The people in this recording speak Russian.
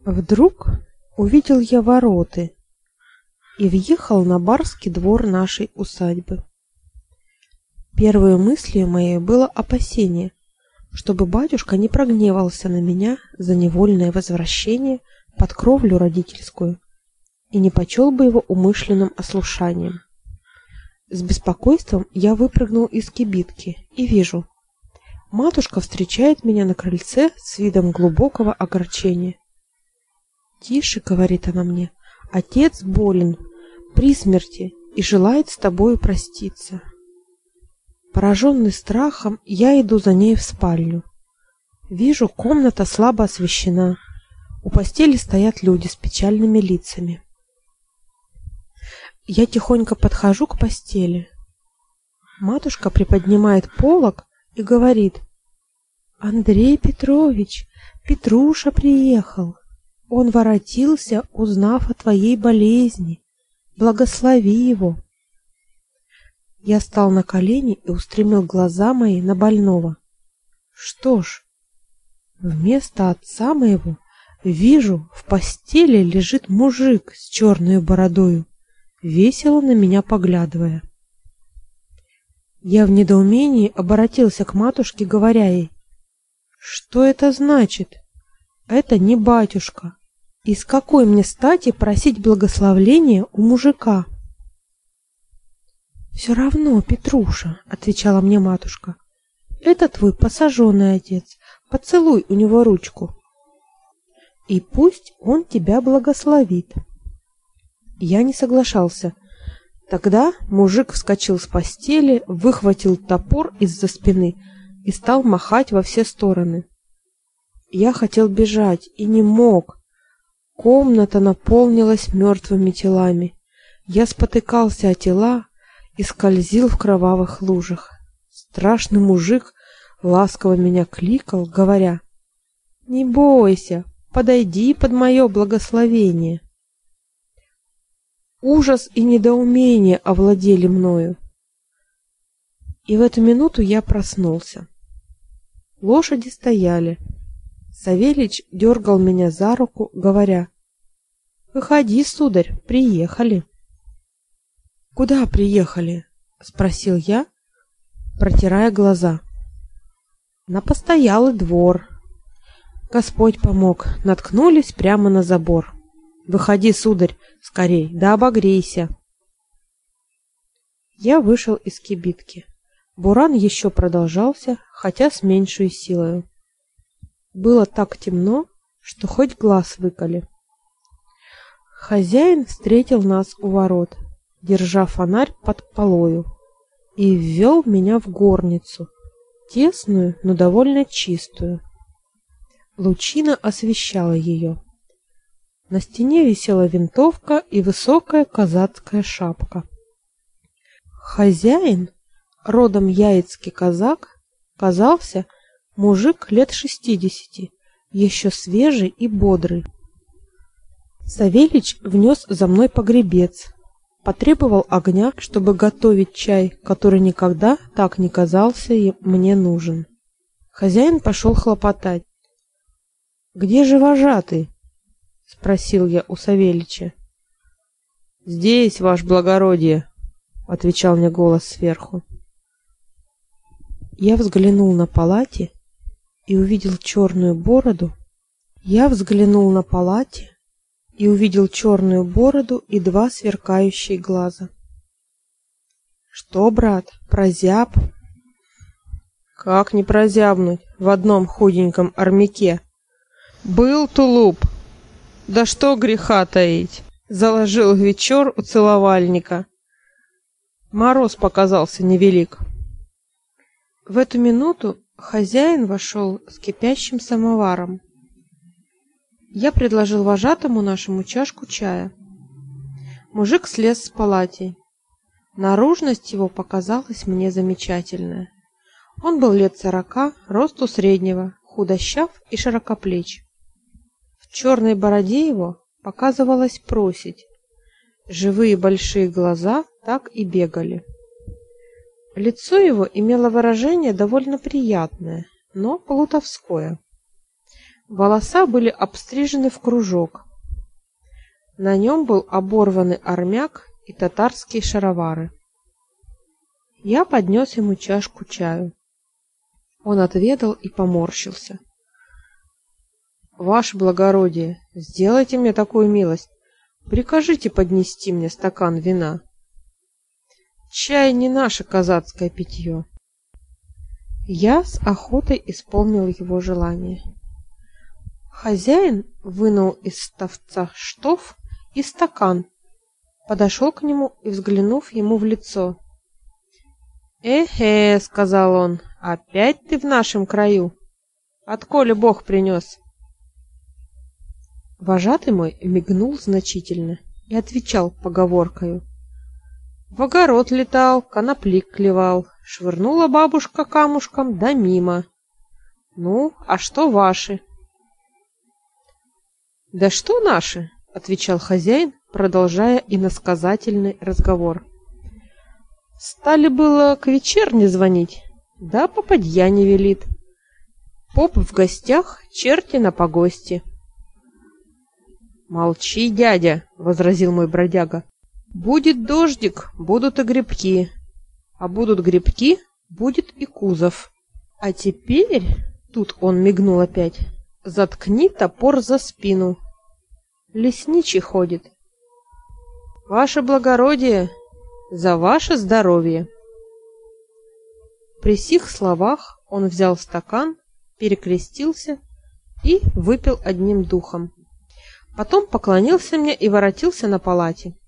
Вдруг увидел я вороты и въехал на барский двор нашей усадьбы. Первой мыслью моей было опасение, чтобы батюшка не прогневался на меня за невольное возвращение под кровлю родительскую и не почел бы его умышленным ослушанием. С беспокойством я выпрыгнул из кибитки и вижу, матушка встречает меня на крыльце с видом глубокого огорчения. «Тише», — говорит она мне, — «отец болен, при смерти и желает с тобою проститься». Пораженный страхом, я иду за ней в спальню. Вижу, комната слабо освещена. У постели стоят люди с печальными лицами. Я тихонько подхожу к постели. Матушка приподнимает полог и говорит: «Андрей Петрович, Петруша приехал. Он воротился, узнав о твоей болезни. Благослови его». Я стал на колени и устремил глаза мои на больного. Что ж, вместо отца моего вижу, в постели лежит мужик с черной бородою, весело на меня поглядывая. Я в недоумении обратился к матушке, говоря ей: «Что это значит? Это не батюшка. И с какой мне стати просить благословения у мужика?» «Все равно, Петруша, — отвечала мне матушка, — это твой посаженный отец. Поцелуй у него ручку, и пусть он тебя благословит». Я не соглашался. Тогда мужик вскочил с постели, выхватил топор из-за спины и стал махать во все стороны. Я хотел бежать и не мог. Комната наполнилась мертвыми телами. Я спотыкался о тела и скользил в кровавых лужах. Страшный мужик ласково меня кликал, говоря: «Не бойся, подойди под мое благословение». Ужас и недоумение овладели мною. И в эту минуту я проснулся. Лошади стояли. Савельич дергал меня за руку, говоря: «Выходи, сударь, приехали». «Куда приехали?» — спросил я, протирая глаза. «На постоялый двор. Господь помог, наткнулись прямо на забор. Выходи, сударь, скорей, да обогрейся». Я вышел из кибитки. Буран еще продолжался, хотя с меньшей силой. Было так темно, что хоть глаз выколи. Хозяин встретил нас у ворот, держа фонарь под полою, и ввел меня в горницу, тесную, но довольно чистую. Лучина освещала ее. На стене висела винтовка и высокая казацкая шапка. Хозяин, родом яицкий казак, казался мужик лет 60, еще свежий и бодрый. Савельич внес за мной погребец, потребовал огня, чтобы готовить чай, который никогда так не казался мне нужен. Хозяин пошел хлопотать. «Где же вожатый?» — спросил я у Савельича. «Здесь, ваше благородие», — отвечал мне голос сверху. Я взглянул на палати и увидел черную бороду. И два сверкающие глаза. «Что, брат, прозяб?» «Как не прозябнуть в одном худеньком армяке? Был тулуп, да что греха таить, заложил вечер у целовальника. Мороз показался невелик». В эту минуту хозяин вошел с кипящим самоваром. Я предложил вожатому нашему чашку чая. Мужик слез с палати. Наружность его показалась мне замечательная. Он был лет 40, росту среднего, худощав и широкоплеч. В черной бороде его показывалась проседь. Живые большие глаза так и бегали. Лицо его имело выражение довольно приятное, но плутовское. Волоса были обстрижены в кружок. На нем был оборванный армяк и татарские шаровары. Я поднес ему чашку чаю. Он отведал и поморщился. Ваше благородие, сделайте мне такую милость. Прикажите поднести мне стакан вина. Чай не наше казацкое питье. Я с охотой исполнил его желание. Хозяин вынул из стовца штоф и стакан, подошел к нему и, взглянув ему в лицо: «Эхе, — сказал он, — опять ты в нашем краю? Отколе Бог принес?» Вожатый мой мигнул значительно и отвечал поговоркою: «В огород летал, конопли клевал, швырнула бабушка камушком, да мимо. Ну, а что ваши?» «Да что наши?» — отвечал хозяин, продолжая иносказательный разговор. «Стали было к вечерне звонить, да попадья не велит. Поп в гостях, черти на погосте». «Молчи, дядя!» — возразил мой бродяга. «Будет дождик, будут и грибки, а будут грибки, будет и кузов. А теперь, — тут он мигнул опять, — заткни топор за спину. Лесничий ходит. Ваше благородие, за ваше здоровье!» При сих словах он взял стакан, перекрестился и выпил одним духом. Потом поклонился мне и воротился на палате.